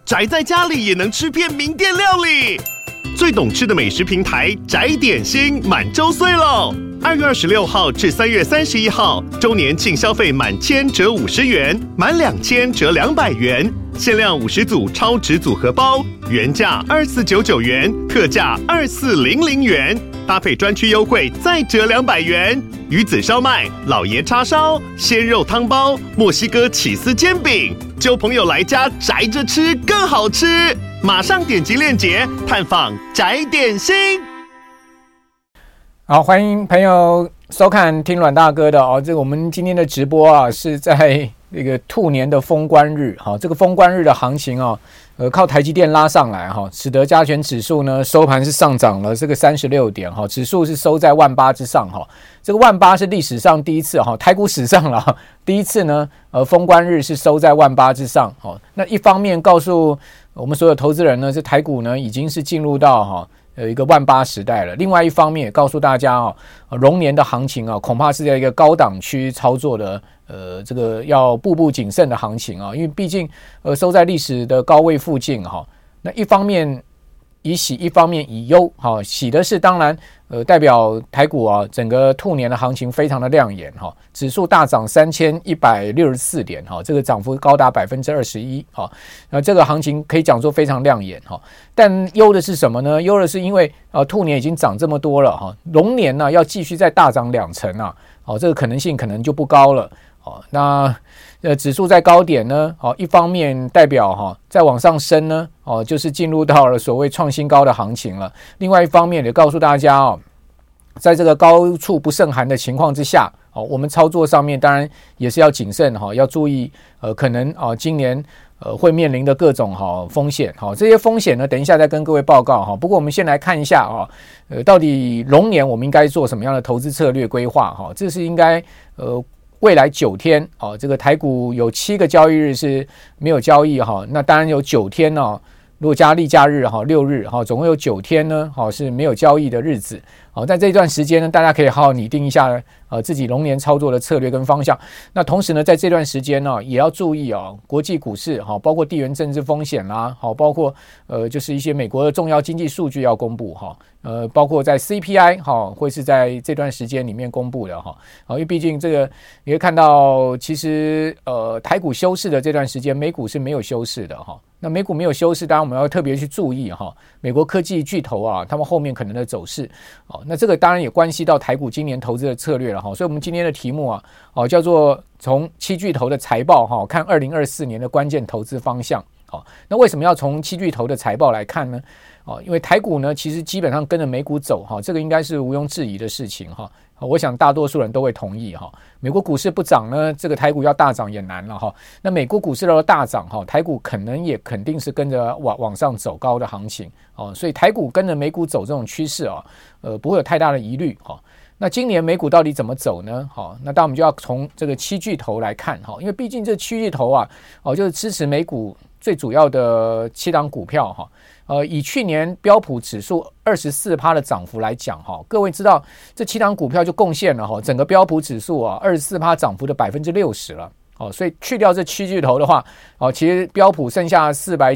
宅在家里也能吃遍名店料理。最懂吃的美食平台宅点心满周岁喽！2月26号至3月31号，周年庆消费满1000折50元，满2000折200元，限量50组超值组合包，原价2499元，特价2400元，搭配专区优惠再折200元。鱼子烧麦、老爷叉烧、鲜肉汤包、墨西哥起司煎饼，揪朋友来家宅着吃更好吃。马上点击链接探访宅点心。 好，欢迎朋友收看听阮大哥的这个我们今天的直播啊，是在这个兔年的封关日。这个封关日的行情靠台积电拉上来使得加权指数呢收盘是上涨了这个36点指数是收在18000之上这个18000是历史上第一次台股史上了第一次呢封关日是收在18000之上那一方面告诉我们所有投资人呢，这台股呢已经是进入到一个18000时代了。另外一方面也告诉大家龙年的行情恐怕是在一个高档区操作的这个要步步谨慎的行情因为毕竟收在历史的高位附近那一方面以喜，一方面以忧喜的是当然代表台股整个兔年的行情非常的亮眼指数大涨3164点这个涨幅高达 21% 那这个行情可以讲说非常亮眼但忧的是什么呢？忧的是因为兔年已经涨这么多了龙年呢要继续再大涨2成这个可能性可能就不高了那指数在高点呢一方面代表再往上升呢就是进入到了所谓创新高的行情了。另外一方面也告诉大家在这个高处不胜寒的情况之下我们操作上面当然也是要谨慎要注意可能今年会面临的各种风险这些风险呢等一下再跟各位报告不过我们先来看一下到底龙年我们应该做什么样的投资策略规划这是应该未来9天这个台股有7个交易日是没有交易那当然有9天如果加例假日6日总共有9天呢是没有交易的日子在这段时间呢大家可以好好拟定一下自己龙年操作的策略跟方向。那同时呢在这段时间也要注意国际股市包括地缘政治风险啦包括就是一些美国的重要经济数据要公布包括在 CPI 会是在这段时间里面公布的因为毕竟这个你会看到其实台股休市的这段时间美股是没有休市的那美股没有休市当然我们要特别去注意美国科技巨头他们后面可能的走势那这个当然也关系到台股今年投资的策略了所以我们今天的题目叫做从7巨头的财报看2024年的关键投资方向那为什么要从7巨头的财报来看呢因为台股呢其实基本上跟着美股走这个应该是毋庸置疑的事情我想大多数人都会同意美国股市不涨呢这个台股要大涨也难了那美国股市要大涨台股肯定是跟着往上走高的行情所以台股跟着美股走这种趋势不会有太大的疑虑那今年美股到底怎么走呢那当然我们就要从这个7巨头来看因为毕竟这7巨头就是支持美股最主要的7档股票以去年标普指数 24% 的涨幅来讲各位知道这7档股票就贡献了整个标普指数24% 涨幅的 60% 了所以去掉这7巨头的话其实标普剩下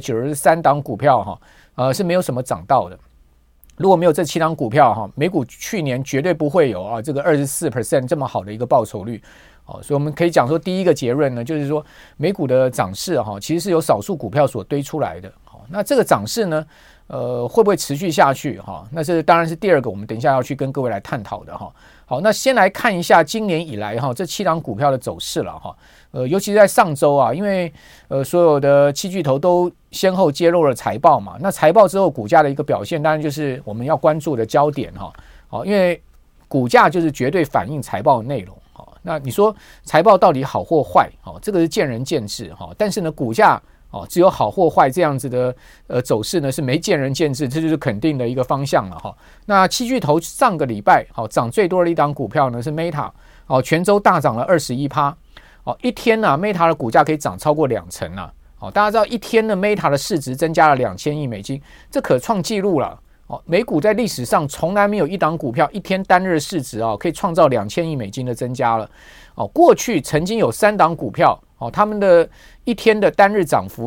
493档股票是没有什么涨到的。如果没有这7档股票美股去年绝对不会有这个 24% 这么好的一个报酬率所以我们可以讲说第一个结论呢就是说美股的涨势其实是由少数股票所堆出来的那这个涨势呢会不会持续下去那这当然是第二个我们等一下要去跟各位来探讨的好，那先来看一下今年以来这7档股票的走势了尤其是在上周因为所有的7巨头都先后揭露了财报嘛，那财报之后股价的一个表现当然就是我们要关注的焦点因为股价就是绝对反映财报的内容那你说财报到底好或坏这个是见仁见智但是呢股价只有好或坏这样子的走势呢是没见仁见智，这就是肯定的一个方向了那7巨头上个礼拜涨最多的一档股票呢是 Meta 全周大涨了 21%一天Meta 的股价可以涨超过2成大家知道一天的 Meta 的市值增加了2000亿美金，这可创纪录了美股在历史上从来没有一档股票一天单日市值可以创造2000亿美金的增加了过去曾经有3档股票他们的一天的单日涨幅呢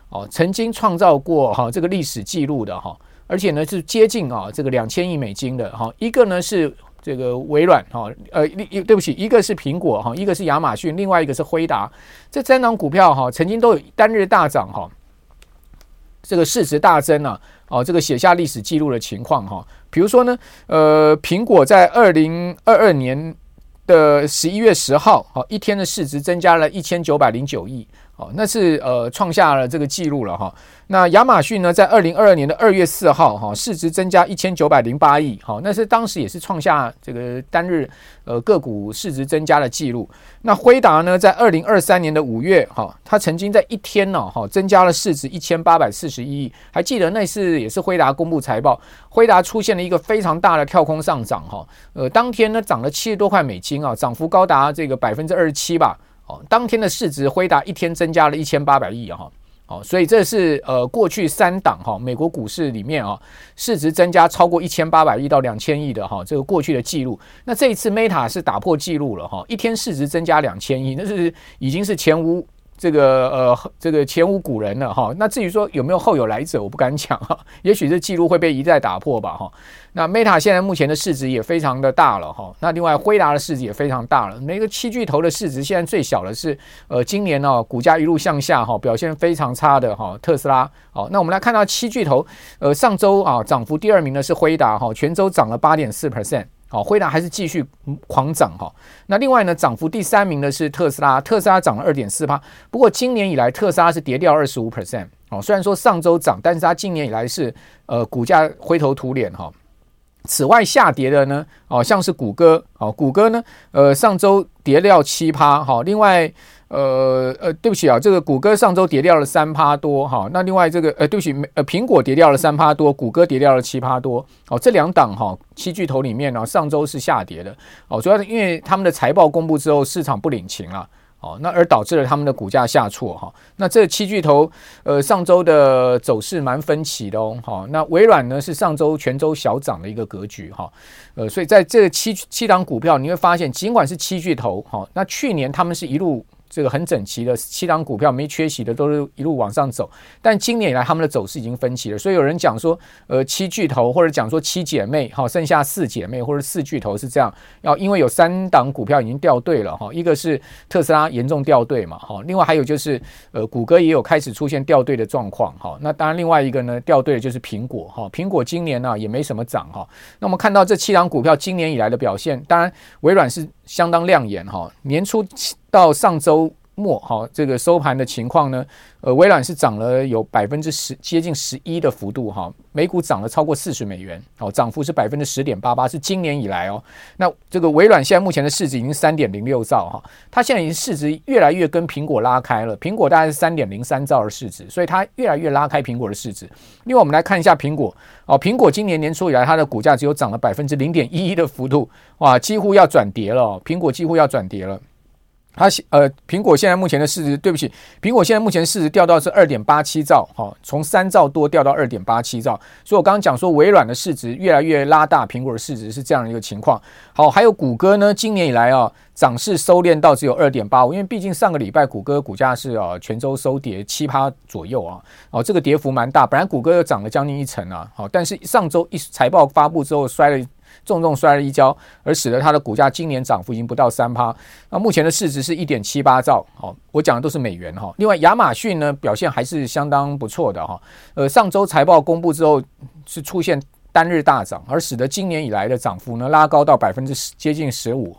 曾经创造过这个历史记录的而且呢是接近这个$2000亿的一个呢是这个微软对不起，一个是苹果一个是亚马逊，另外一个是辉达，这3档股票曾经都有单日大涨这个市值大增这个写下历史记录的情况比如说呢苹果在2022年的11月10号一天的市值增加了1909亿那是创下了这个记录了那亚马逊呢，在2022年的2月4号市值增加1908亿那是当时也是创下这个单日个股市值增加的记录。那辉达呢，在2023年的5月它曾经在一天增加了市值1841亿，还记得那次也是辉达公布财报，辉达出现了一个非常大的跳空上涨当天呢涨了70多块美金涨幅高达这个27%吧当天的市值辉达一天增加了1800亿所以这是过去3档美国股市里面市值增加超过1800亿到2000亿的这个过去的记录。那这一次 Meta 是打破记录了一天市值增加2000亿，那是已经是前无这个前无古人了那至于说有没有后有来者，我不敢讲也许这记录会被一再打破吧那 Meta 现在目前的市值也非常的大了那另外辉达的市值也非常大了，每个7巨头的市值现在最小的是今年股价一路向下表现非常差的特斯拉那我们来看到7巨头上周涨幅第2名的是辉达全周涨了 8.4%辉达还是继续狂涨那另外呢涨幅第3名的是特斯拉，特斯拉涨了 2.4%， 不过今年以来特斯拉是跌掉 25%虽然说上周涨，但是它今年以来是股价灰头土脸此外下跌的呢像是谷歌谷歌呢上周跌掉 7%另外对不起这个谷歌上周跌掉了 3% 多那另外这个对不起苹果跌掉了 3% 多，谷歌跌掉了 7% 多这2档7巨头里面上周是下跌的主要是因为他们的财报公布之后市场不领情了那而导致了他们的股价下挫那这7巨头上周的走势蛮分歧的那微软呢是上周全周小涨的一个格局所以在这七档股票你会发现，尽管是7巨头那去年他们是一路这个很整齐的7档股票没缺席的都是一路往上走，但今年以来他们的走势已经分歧了，所以有人讲说7巨头或者讲说7姐妹剩下4姐妹或者4巨头是这样，因为有3档股票已经掉队了一个是特斯拉严重掉队嘛另外还有就是谷歌也有开始出现掉队的状况那当然另外一个呢掉队的就是苹果苹果今年也没什么涨那我们看到这7档股票今年以来的表现，当然微软是相当亮眼年初到上周末这个收盘的情况呢微软是涨了有10%接近11%的幅度每股涨了超过$40涨幅是 10.88%是今年以来那这个微软现在目前的市值已经 3.06 兆它现在已经市值越来越跟苹果拉开了，苹果大概是 3.03 兆的市值，所以它越来越拉开苹果的市值。另外我们来看一下苹果苹果今年年初以来它的股价只有涨了 0.11% 的幅度哇，几乎要转跌了苹果几乎要转跌了苹果现在目前的市值，对不起，苹果现在目前市值掉到是 2.87 兆从3兆多掉到 2.87 兆，所以我刚刚讲说微软的市值越来越拉大，苹果的市值是这样的一个情况。好，还有谷歌呢，今年以来涨势收敛到只有 2.85%， 因为毕竟上个礼拜谷歌股价是全周收跌 7% 左右这个跌幅蛮大，本来谷歌又涨了将近1成但是上周一财报发布之后重重摔了一跤，而使得它的股价今年涨幅已经不到 3%。 那目前的市值是 1.78 兆我讲的都是美元另外亚马逊呢表现还是相当不错的上周财报公布之后是出现单日大涨，而使得今年以来的涨幅呢拉高到接近 15%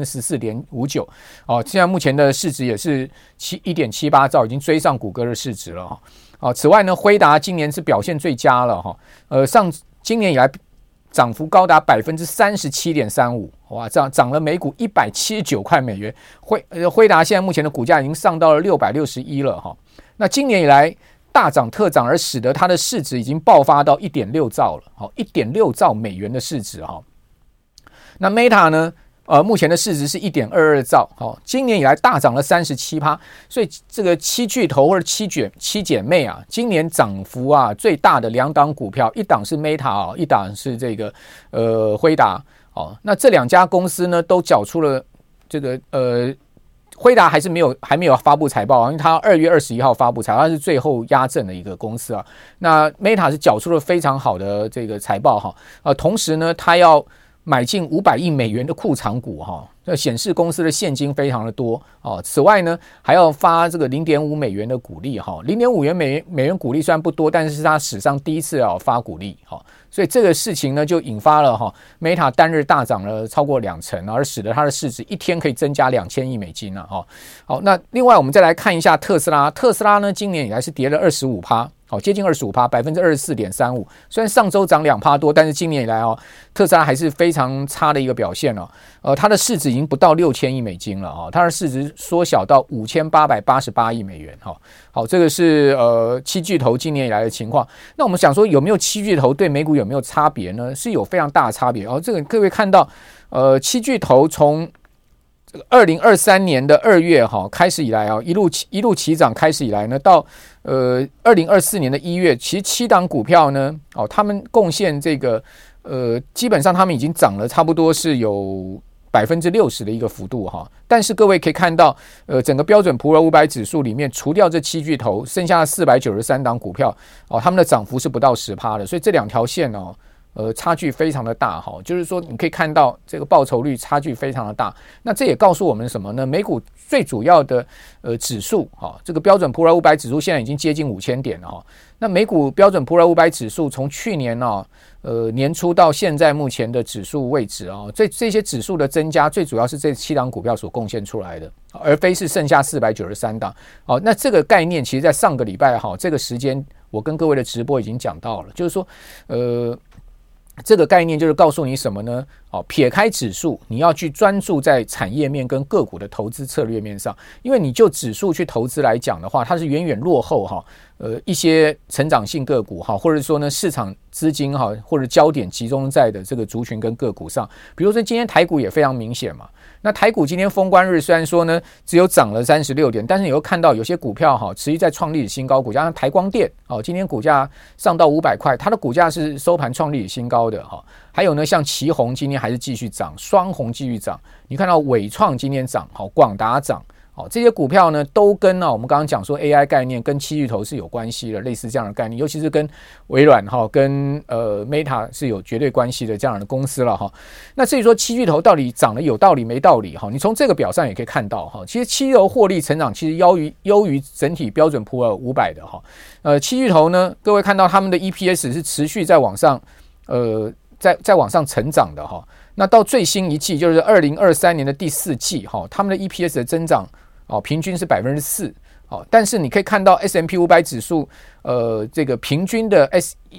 14.59%现在目前的市值也是 1.78 兆，已经追上谷歌的市值了此外呢辉达今年是表现最佳了今年以来涨幅高达 37.35%， 哇，这样涨了每股179块美元。辉达现在目前的股价已经上到了661了那今年以来大涨特涨，而使得它的市值已经爆发到 1.6 兆了1.6兆美元的市值那 Meta 呢目前的市值是 1.22 兆今年以来大涨了 37%， 所以这个7巨头或者七姐妹今年涨幅最大的2档股票，一档是 Meta 一档是这个辉达那这2家公司呢都缴出了这个辉达还没有发布财报，因为它2月21号发布财报，它是最后压阵的一个公司啊。那 Meta 是缴出了非常好的这个财报哈，同时呢，它要买进500亿美元的库藏股哈，显示公司的现金非常的多哦。此外呢，还要发这个0.5美元的股利哈，0.5美元股利虽然不多，但是它史上第一次发股利哈。所以这个事情呢，就引发了Meta 单日大涨了超过2成，而使得它的市值一天可以增加2000亿美金好，那另外我们再来看一下特斯拉。特斯拉呢，今年以来是跌了25%。接近 25%，24.35%。虽然上周涨2%多，但是今年以来特斯拉还是非常差的一个表现它的市值已经不到6000亿美金了它的市值缩小到5888亿美元好，这个是七巨头今年以来的情况。那我们想说，有没有七巨头对美股有没有差别呢？是有非常大的差别这个各位看到七巨头从2023年的2月开始以来一路起涨开始以来呢，到2024年的1月，其实7档股票呢他们贡献这个基本上他们已经涨了差不多是有60%的一个幅度但是各位可以看到整个标准普尔500指数里面，除掉这7巨头，剩下的493档股票他们的涨幅是不到 10% 的，所以这两条线差距非常的大就是说你可以看到这个报酬率差距非常的大。那这也告诉我们什么呢？美股最主要的指数这个标准普尔500指数现在已经接近5000点了那美股标准普尔500指数从去年年初到现在目前的指数位置这些指数的增加最主要是这7档股票所贡献出来的，而非是剩下493档那这个概念其实在上个礼拜这个时间我跟各位的直播已经讲到了，就是说这个概念就是告诉你什么呢？撇开指数，你要去专注在产业面跟个股的投资策略面上，因为你就指数去投资来讲的话，它是远远落后一些成长性个股或者说呢市场资金或者焦点集中在的这个族群跟个股上。比如说今天台股也非常明显嘛，那台股今天封关日虽然说呢只有涨了36点，但是你会看到有些股票持续在创历史新高，股价像台光电今天股价上到500块，它的股价是收盘创历史新高的还有呢像奇鋐今天还是继续涨，双红继续涨，你看到伟创今天涨广达涨这些股票呢都跟我们刚刚讲说 AI 概念跟七巨头是有关系的，类似这样的概念，尤其是跟微软跟Meta 是有绝对关系的这样的公司了那至于说七巨头到底涨得有道理没道理你从这个表上也可以看到其实七巨头获利成长其实优于整体标准普尔500的七巨头呢，各位看到他们的 EPS 是持续在往上在往上成长的那到最新一季就是2023年的第4季他们的 EPS 的增长平均是 4%但是你可以看到 S&P 500指数这个平均的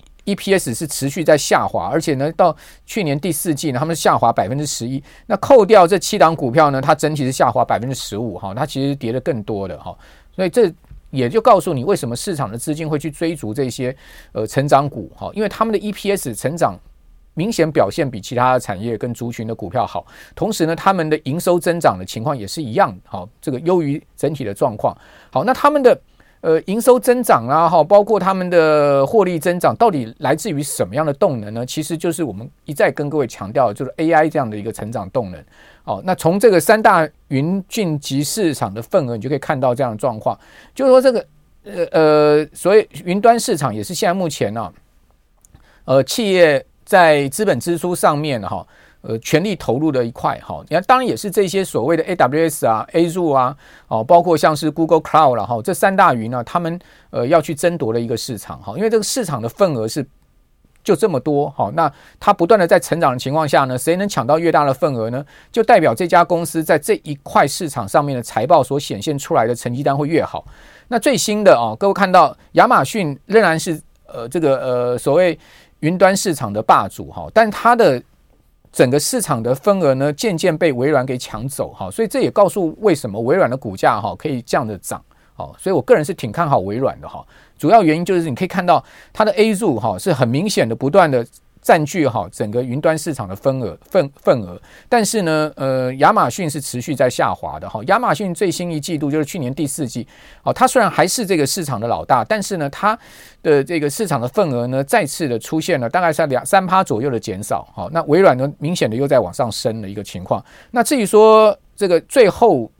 EPS 是持续在下滑，而且呢到去年第4季呢他们下滑 11%， 那扣掉这7档股票呢，它整体是下滑 15%它其实跌得更多的所以这也就告诉你为什么市场的资金会去追逐这些成长股因为他们的 EPS 成长明显表现比其他的产业跟族群的股票好，同时呢他们的营收增长的情况也是一样这个优于整体的状况那他们的营收增长包括他们的获利增长到底来自于什么样的动能呢？其实就是我们一再跟各位强调的，就是 AI 这样的一个成长动能那从这个3大云峻集市场的份额你就可以看到这样的状况，就是说这个所谓云端市场也是现在目前企业在资本支出上面全力投入的一块当然也是这些所谓的 AWS Azure 包括像是 Google Cloud 这3大云他们要去争夺的一个市场因为这个市场的份额是就这么多那它不断的在成长的情况下呢，谁能抢到越大的份额呢，就代表这家公司在这一块市场上面的财报所显现出来的成绩单会越好。那最新的各位看到亚马逊仍然是这个所谓云端市场的霸主但它的整个市场的份额呢渐渐被微软给抢走所以这也告诉为什么微软的股价可以这样的涨所以我个人是挺看好微软的主要原因就是你可以看到它的 Azure 是很明显的不断的占据整个云端市场的份额，但是呢亚马逊是持续在下滑的亚马逊最新一季度就是去年第4季它虽然还是这个市场的老大，但是呢它的这个市场的份额呢再次的出现了大概是 3% 左右的减少那微软呢明显的又在往上升的一个情况。那至于说这个最后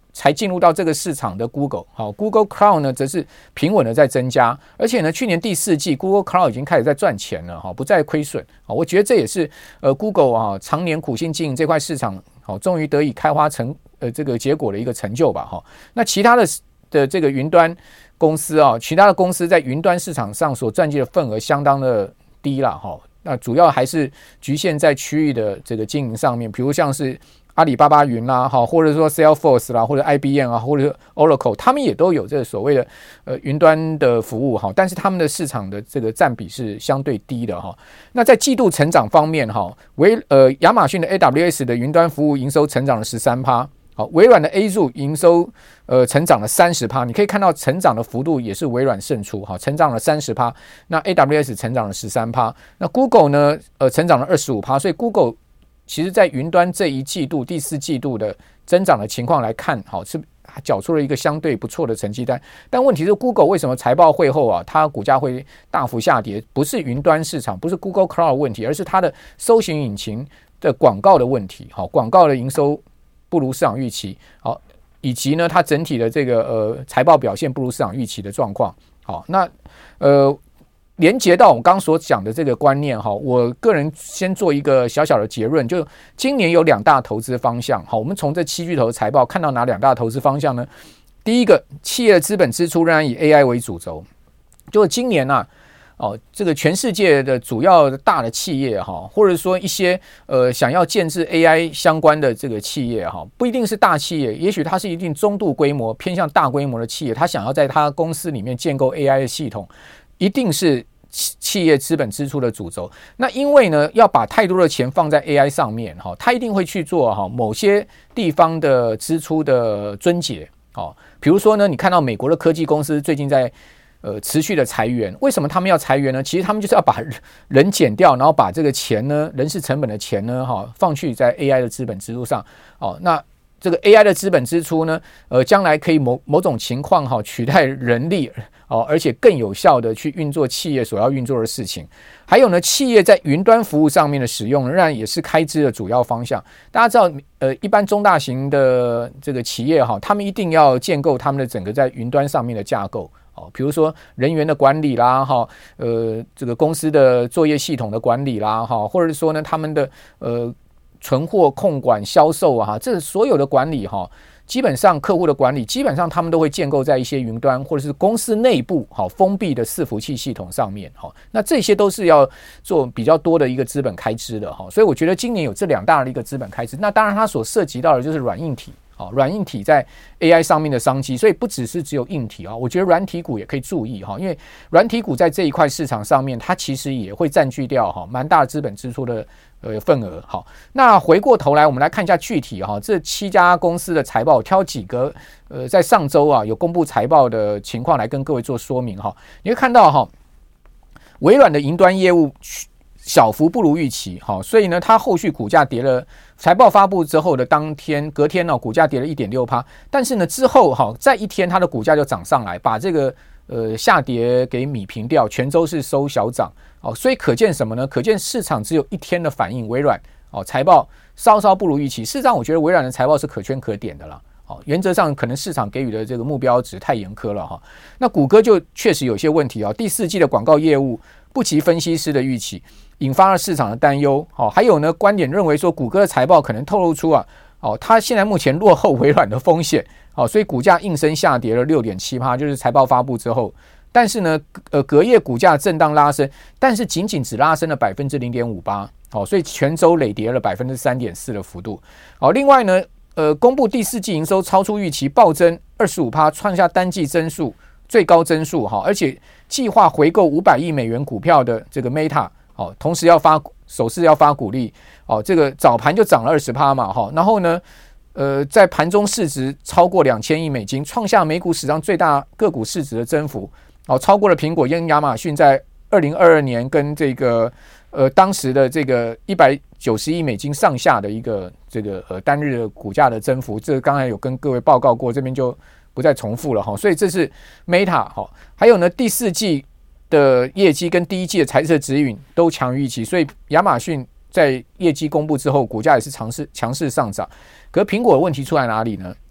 才进入到这个市场的 Google， 好 ，Google Cloud 呢则是平稳的在增加，而且呢，去年第4季 Google Cloud 已经开始在赚钱了，哈，不再亏损，好，我觉得这也是Google 啊常年苦心经营这块市场，好，终于得以开花这个结果的一个成就吧，哈。那其他的这个云端公司啊，其他的公司在云端市场上所占据的份额相当的低啦，哈。那主要还是局限在区域的这个经营上面，比如像是阿里巴巴云啦，或者说 Salesforce 啦，或者 IBM 啊，或者 Oracle， 他们也都有这个所谓的云端的服务哈，但是他们的市场的这个占比是相对低的哈。那在季度成长方面哈，亚马逊的 AWS 的云端服务营收成长了 13%， 好，微软的 Azure 营收成长了 30%， 你可以看到成长的幅度也是微软胜出哈，成长了 30%， 那 AWS 成长了 13%， 那 Google 呢成长了 25%， 所以 Google其实在云端这一季度第4季度的增长的情况来看，好，是缴出了一个相对不错的成绩单。但问题是 Google 为什么财报会后啊，它股价会大幅下跌？不是云端市场，不是 Google Cloud 的问题，而是它的搜寻引擎的广告的问题。好，广告的营收不如市场预期，好，以及呢它整体的这个财报表现不如市场预期的状况。好，那连接到我们刚刚所讲的这个观念哈，我个人先做一个小小的结论，就今年有2大投资方向。好，我们从这7巨头的财报看到哪2大投资方向呢？第一个，企业的资本支出仍然以 AI 为主轴，就是今年啊，这个全世界的主要大的企业哈，或者说一些想要建制 AI 相关的这个企业哈，不一定是大企业，也许它是一定中度规模、偏向大规模的企业，它想要在它公司里面建构 AI 的系统，一定是企业资本支出的主轴。那因为呢要把太多的钱放在 AI 上面，它一定会去做某些地方的支出的撙节。比如说呢，你看到美国的科技公司最近在持续的裁员，为什么他们要裁员呢？其实他们就是要把人减掉，然后把这个钱呢，人事成本的钱呢放去在 AI 的资本支出上。那这个 AI 的资本支出呢，将来可以某种情况取代人力，而且更有效的去运作企业所要运作的事情。还有呢，企业在云端服务上面的使用，仍然也是开支的主要方向。大家知道，一般中大型的这个企业他们一定要建构他们的整个在云端上面的架构。比如说人员的管理啦，这个公司的作业系统的管理啦，或者说呢他们的存货控管、销售啊，这所有的管理基本上客户的管理，基本上他们都会建构在一些云端或者是公司内部封闭的伺服器系统上面。那这些都是要做比较多的一个资本开支的。所以我觉得今年有这2大的一个资本开支。那当然它所涉及到的就是软硬体。软硬体在 AI 上面的商机，所以不只有硬体我觉得软体股也可以注意因为软体股在这一块市场上面，它其实也会占据掉蛮大的资本支出的份额。好，那回过头来我们来看一下具体这7家公司的财报，挑几个在上周有公布财报的情况来跟各位做说明你会看到微软的云端业务小幅不如预期，所以呢，它后续股价跌了。财报发布之后的隔天股价跌了 1.6%， 但是呢之后再一天它的股价就涨上来，把这个下跌给弭平掉，全周是收小涨。所以可见什么呢？可见市场只有一天的反应，微软财报稍稍不如预期。事实上，我觉得微软的财报是可圈可点的啦。原则上可能市场给予的这个目标值太严苛了那谷歌就确实有些问题第4季的广告业务不及分析师的预期，引发了市场的担忧。还有呢，观点认为说谷歌的财报可能透露出它现在目前落后微软的风险。所以股价应声下跌了 6.7%， 就是财报发布之后。但是呢隔夜股价震荡拉升，但是仅只拉升了 0.58%， 所以全周累跌了 3.4% 的幅度。另外呢公布第4季营收超出预期，暴增 25%， 创下单季增速最高增速而且计划回购500亿美元股票的这个 Meta， 同时首次要发股利，这个早盘就涨了 20% 嘛，然后呢在盘中市值超过2000亿美金，创下美股史上最大个股市值的增幅，超过了苹果跟亚马逊在2022年跟这个当时的这个190亿美金上下的一个这个单日的股价的增幅，这个刚才有跟各位报告过，这边就不再重复了所以这是 Meta。 还有呢第4季的业绩跟第1季的财测指引都强于预期，所以亚马逊在业绩公布之后股价也是强势上涨。可是苹果的问题出在哪里呢？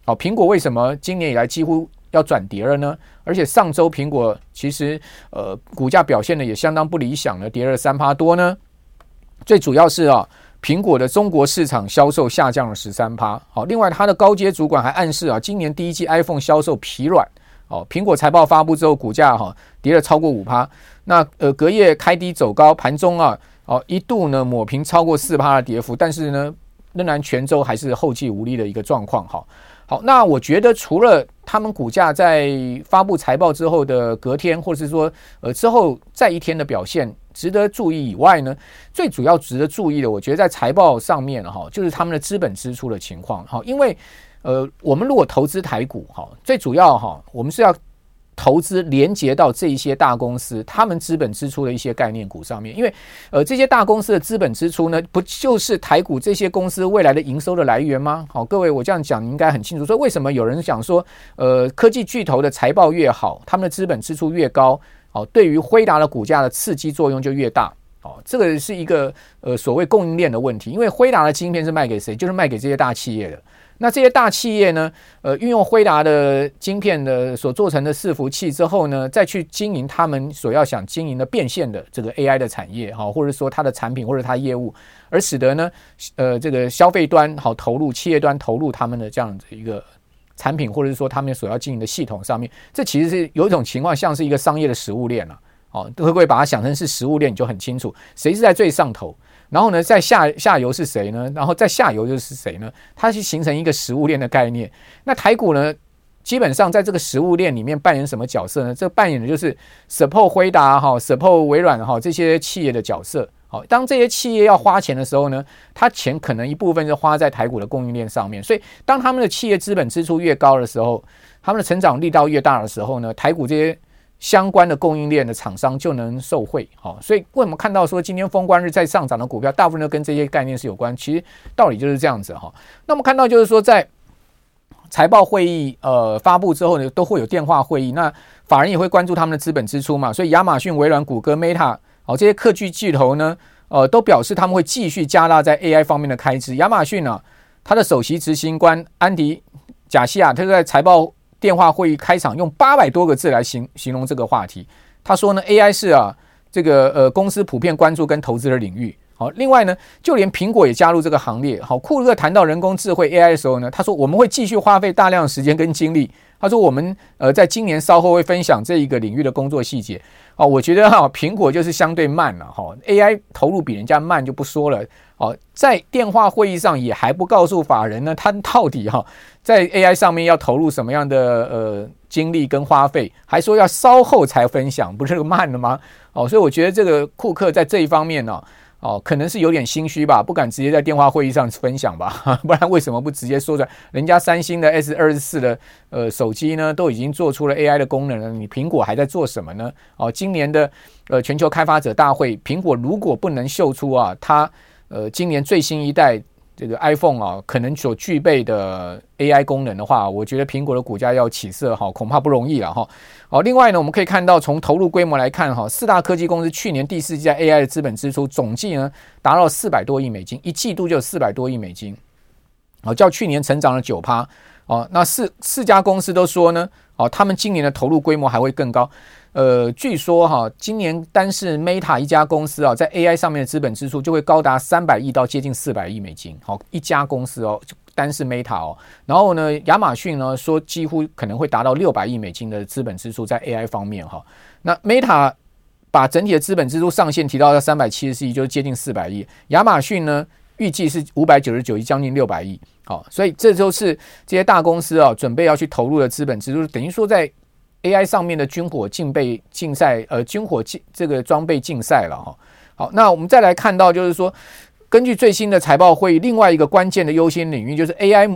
好，苹果为什么今年以来几乎要转跌了呢？而且上周苹果其实股价表现的也相当不理想了，跌了3%多呢。最主要是苹果的中国市场销售下降了13%。好，另外它的高阶主管还暗示今年第一季 iPhone 销售疲软。苹果财报发布之后，股价跌了超过5%。那隔夜开低走高，盘中一度呢抹平超过4%的跌幅，但是呢仍然全周还是后继无力的一个状况。好，那我觉得除了他们股价在发布财报之后的隔天，或者是说之后再一天的表现值得注意以外呢，最主要值得注意的，我觉得在财报上面就是他们的资本支出的情况。因为我们如果投资台股最主要我们是要投资连接到这一些大公司他们资本支出的一些概念股上面，因为这些大公司的资本支出呢，不就是台股这些公司未来的营收的来源吗？好，各位我这样讲你应该很清楚，所以为什么有人讲说科技巨头的财报越好，他们的资本支出越高，对于辉达的股价的刺激作用就越大。这个是一个所谓供应链的问题，因为辉达的晶片是卖给谁？就是卖给这些大企业的。那这些大企业呢，运用辉达的晶片的所做成的伺服器之后呢，再去经营他们所要想经营的变现的这个 AI 的产业，或者说它的产品或者它业务，而使得呢，这个消费端投入，企业端投入他们的这样子一个产品，或者是说他们所要经营的系统上面，这其实是有一种情况像是一个商业的食物链了。会不会把它想成是食物链，你就很清楚谁是在最上头，然后呢在下游是谁呢，然后在下游就是谁呢，它是形成一个食物链的概念。那台股呢基本上在这个食物链里面扮演什么角色呢？这扮演的就是 support 辉达support 微软这些企业的角色。当这些企业要花钱的时候呢，它钱可能一部分就花在台股的供应链上面，所以当他们的企业资本支出越高的时候，他们的成长力道越大的时候呢，台股这些相关的供应链的厂商就能受惠。所以为什么看到说今天封关日在上涨的股票大部分都跟这些概念是有关，其实道理就是这样子。那我们看到就是说在财报会议发布之后呢，都会有电话会议，那法人也会关注他们的资本支出嘛，所以亚马逊、微软、谷歌、Meta 这些科技巨头呢都表示他们会继续加大在 AI 方面的开支。亚马逊他的首席执行官安迪贾西亚，他在财报电话会议开场用800多个字来形容这个话题。他说呢 AI 是这个公司普遍关注跟投资的领域。另外呢，就连苹果也加入这个行列。库克谈到人工智慧 AI 的时候呢，他说我们会继续花费大量的时间跟精力。他说我们在今年稍后会分享这一个领域的工作细节。我觉得苹果就是相对慢了，AI 投入比人家慢就不说了。在电话会议上也还不告诉法人呢，他到底在 AI 上面要投入什么样的精力跟花费，还说要稍后才分享，不是慢了吗？所以我觉得这个库克在这一方面可能是有点心虚吧，不敢直接在电话会议上分享吧，不然为什么不直接说出来？人家三星的 S24 的手机呢，都已经做出了 AI 的功能了，你苹果还在做什么呢？今年的全球开发者大会，苹果如果不能秀出它今年最新一代这个 iPhone 可能所具备的 AI 功能的话，我觉得苹果的股价要起色恐怕不容易了另外呢，我们可以看到从投入规模来看4大科技公司去年第四季在 AI 的资本支出总计呢达到400多亿美金，一季度就有400多亿美金，较去年成长了 9%。那四家公司都说呢他们今年的投入规模还会更高。据说今年单是 Meta 一家公司在 AI 上面的资本支出就会高达300亿到接近400亿美金。一家公司单是 Meta 然后呢，亚马逊呢说几乎可能会达到600亿美金的资本支出在 AI 方面那 Meta 把整体的资本支出上限提到374亿，就是接近400亿。亚马逊呢预计是599亿，将近600亿。所以这就是这些大公司准备要去投入的资本支出，等于说在 AI 上面的军火竞赛，军火这个装备竞赛了好，那我们再来看到就是说，根据最新的财报会议，另外一个关键的优先领域就是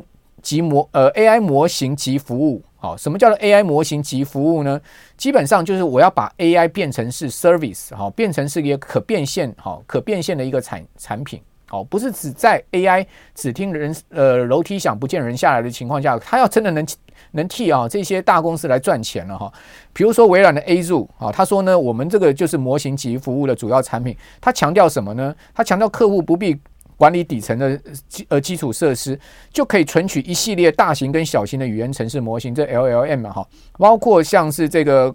AI 模型及服务。什么叫做 AI 模型及服务呢？基本上就是我要把 AI 变成是 service， 变成是一个可变现的一个产品。不是只在 AI 只听人楼梯响不见人下来的情况下，它要真的能替这些大公司来赚钱了比如说微软的 Azure他说呢，我们这个就是模型及服务的主要产品。他强调什么呢？他强调客户不必管理底层的基础设施，就可以存取一系列大型跟小型的语言程式模型，这 LLM 哈，包括像是这个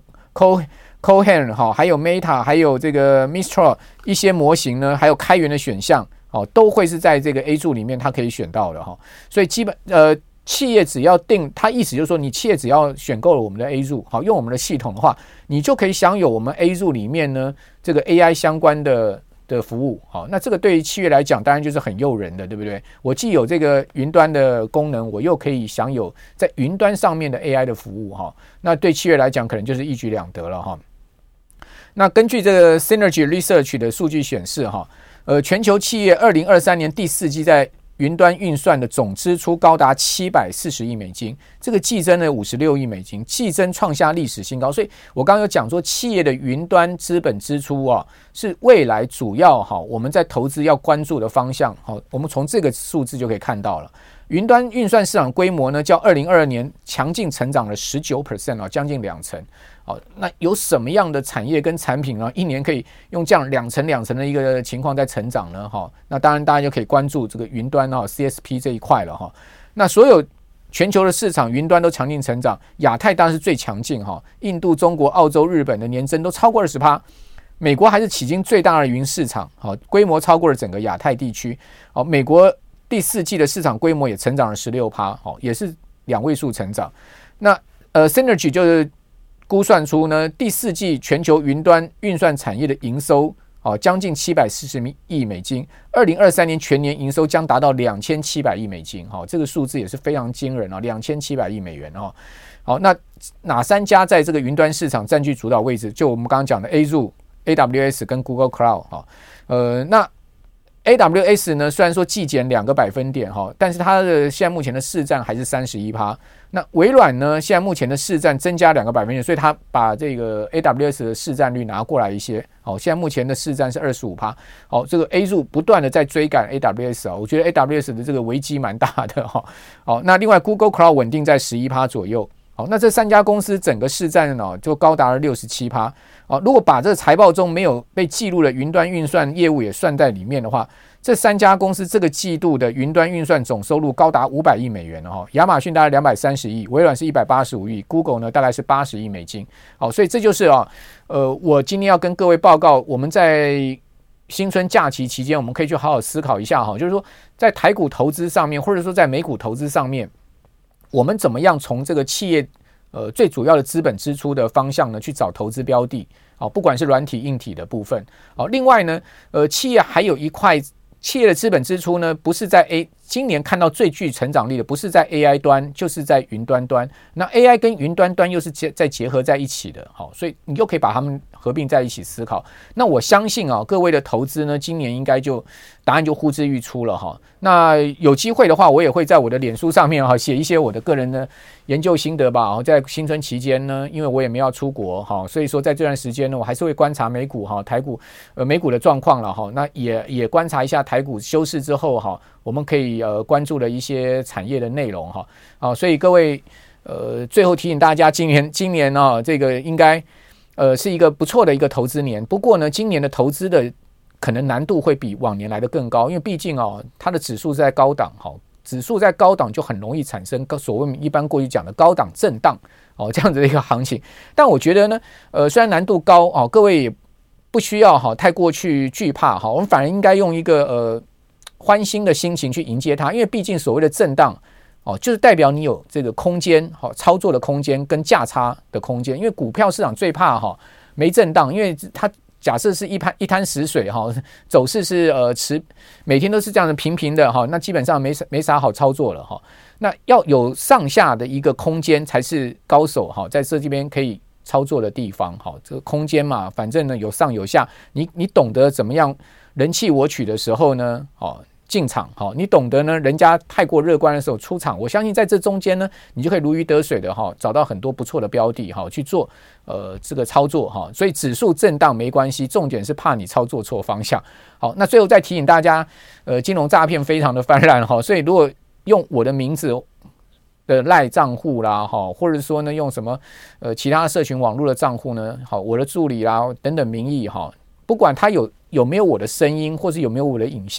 Cohen 哈，还有 Meta， 还有这个 Mistral 一些模型呢，还有开源的选项都会是在这个 A 柱里面它可以选到的哈。所以基本企业只要它意思就是说，你企业只要选购了我们的 A 柱，好，用我们的系统的话，你就可以享有我们 A 柱里面呢这个 AI 相关的服务。好，那这个对于企业来讲当然就是很诱人的，对不对？我既有这个云端的功能，我又可以享有在云端上面的 AI 的服务哈。那对企业来讲可能就是一举两得了哈。那根据这个 Synergy Research 的数据显示哈，全球企业2023年第四季在云端运算的总支出高达740亿美金，这个季增了56亿美金，季增创下历史新高。所以我刚刚有讲说，企业的云端资本支出是未来主要我们在投资要关注的方向。我们从这个数字就可以看到了，云端运算市场规模呢，较2022年强劲成长了 19%， 将近2成。那有什么样的产业跟产品呢？一年可以用这样2成的一个情况在成长呢？那当然大家就可以关注这个云端CSP 这一块了。那所有全球的市场云端都强劲成长，亚太当然是最强劲印度、中国、澳洲、日本的年增都超过 20%， 美国还是迄今最大的云市场，规模超过了整个亚太地区。美国第四季的市场规模也成长了 16%， 也是2位数成长。那Synergy 就是估算出呢，第四季全球云端运算产业的营收将近740亿美金，2023年全年营收将达到2700亿美金，这个数字也是非常惊人，2700亿美元。好，那哪3家在这个云端市场占据主导位置？就我们刚刚讲的 Azure、AWS 跟 Google Cloud。那AWS 呢，虽然说季减2个百分点但是它的现在目前的市占还是 31%。那微软呢，现在目前的市占增加2个百分点，所以它把这个 AWS 的市占率拿过来一些。现在目前的市占是 25%。这个 Azure 不断的在追赶 AWS， 我觉得 AWS 的这个危机蛮大的。那另外 Google Cloud 稳定在 11% 左右。那这3家公司整个市占就高达了 67%。如果把这个财报中没有被记录的云端运算业务也算在里面的话，这3家公司这个季度的云端运算总收入高达500亿美元。亚马逊大概230亿，微软是185亿， Google 呢大概是80亿美金。所以这就是我今天要跟各位报告，我们在新春假期期间我们可以去好好思考一下，就是说在台股投资上面，或者说在美股投资上面，我们怎么样从这个企业最主要的资本支出的方向呢去找投资标的，不管是软体硬体的部分。另外呢企业还有一块，企业的资本支出呢不是在今年看到最具成长力的不是在 AI 端，就是在云端端。那 AI 跟云端端又是在结合在一起的，所以你又可以把它们合并在一起思考。那我相信各位的投资呢，今年应该就答案就呼之欲出了。那有机会的话，我也会在我的脸书上面写一些我的个人的研究心得吧。在新春期间呢，因为我也没有出国所以说在这段时间呢，我还是会观察美股台股美股的状况了那也观察一下台股休市之后我们可以关注的一些产业的内容所以各位最后提醒大家，今年这个应该是一个不错的一个投资年。不过呢，今年的投资的可能难度会比往年来的更高，因为毕竟它的指数是在高档指数在高档就很容易产生所谓一般过去讲的高档震荡这样子的一个行情。但我觉得呢虽然难度高各位也不需要太过去惧怕我们反而应该用一个欢欣的心情去迎接它，因为毕竟所谓的震荡就是代表你有这个空间操作的空间跟价差的空间。因为股票市场最怕没震荡，因为它假设是一滩死水走势是每天都是这样的平平的那基本上没啥好操作了那要有上下的一个空间才是高手在这边可以操作的地方这个空间嘛，反正呢有上有下，你懂得怎么样人气我取的时候呢进场你懂得呢人家太过乐观的时候出场。我相信在这中间呢，你就可以如鱼得水的找到很多不错的标的去做这个操作所以指数震荡没关系，重点是怕你操作错方向。好，那最后再提醒大家金融诈骗非常的泛滥所以如果用我的名字的赖账户啦或者说呢用什么其他社群网络的账户呢我的助理啦等等名义不管他有没有我的声音或是有没有我的影像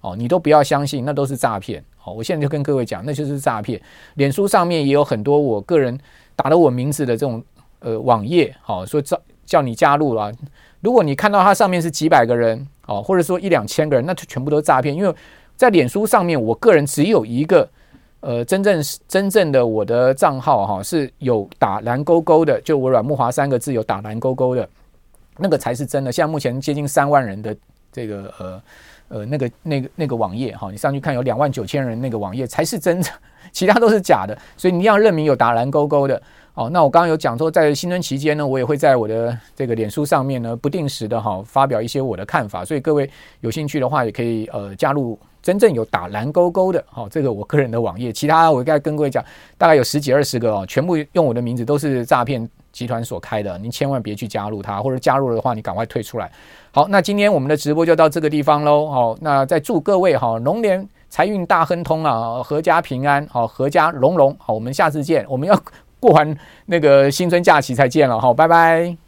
你都不要相信，那都是诈骗。我现在就跟各位讲，那就是诈骗。脸书上面也有很多我个人打了我名字的这种网页，说叫你加入啦。如果你看到它上面是几百个人，或者说1-2千个人，那全部都是诈骗。因为在脸书上面，我个人只有一个真正的我的账号是有打蓝勾勾的，就我阮慕骅3个字有打蓝勾勾的，那个才是真的。现在目前接近3万人的这个那个网页你上去看有29000人，那个网页才是真的，其他都是假的。所以你一定要认明有打蓝勾勾的。那我刚刚有讲说，在新春期间呢，我也会在我的这个脸书上面呢，不定时的发表一些我的看法，所以各位有兴趣的话，也可以加入真正有打蓝勾勾的这个我个人的网页。其他我该跟各位讲，大概有10几20个全部用我的名字，都是诈骗集团所开的，您千万别去加入它，或者加入了的话，你赶快退出来。好，那今天我们的直播就到这个地方喽。那再祝各位龙年财运大亨通啊，阖家平安，阖家隆隆。好，我们下次见，我们要过完那个新春假期才见了，拜拜。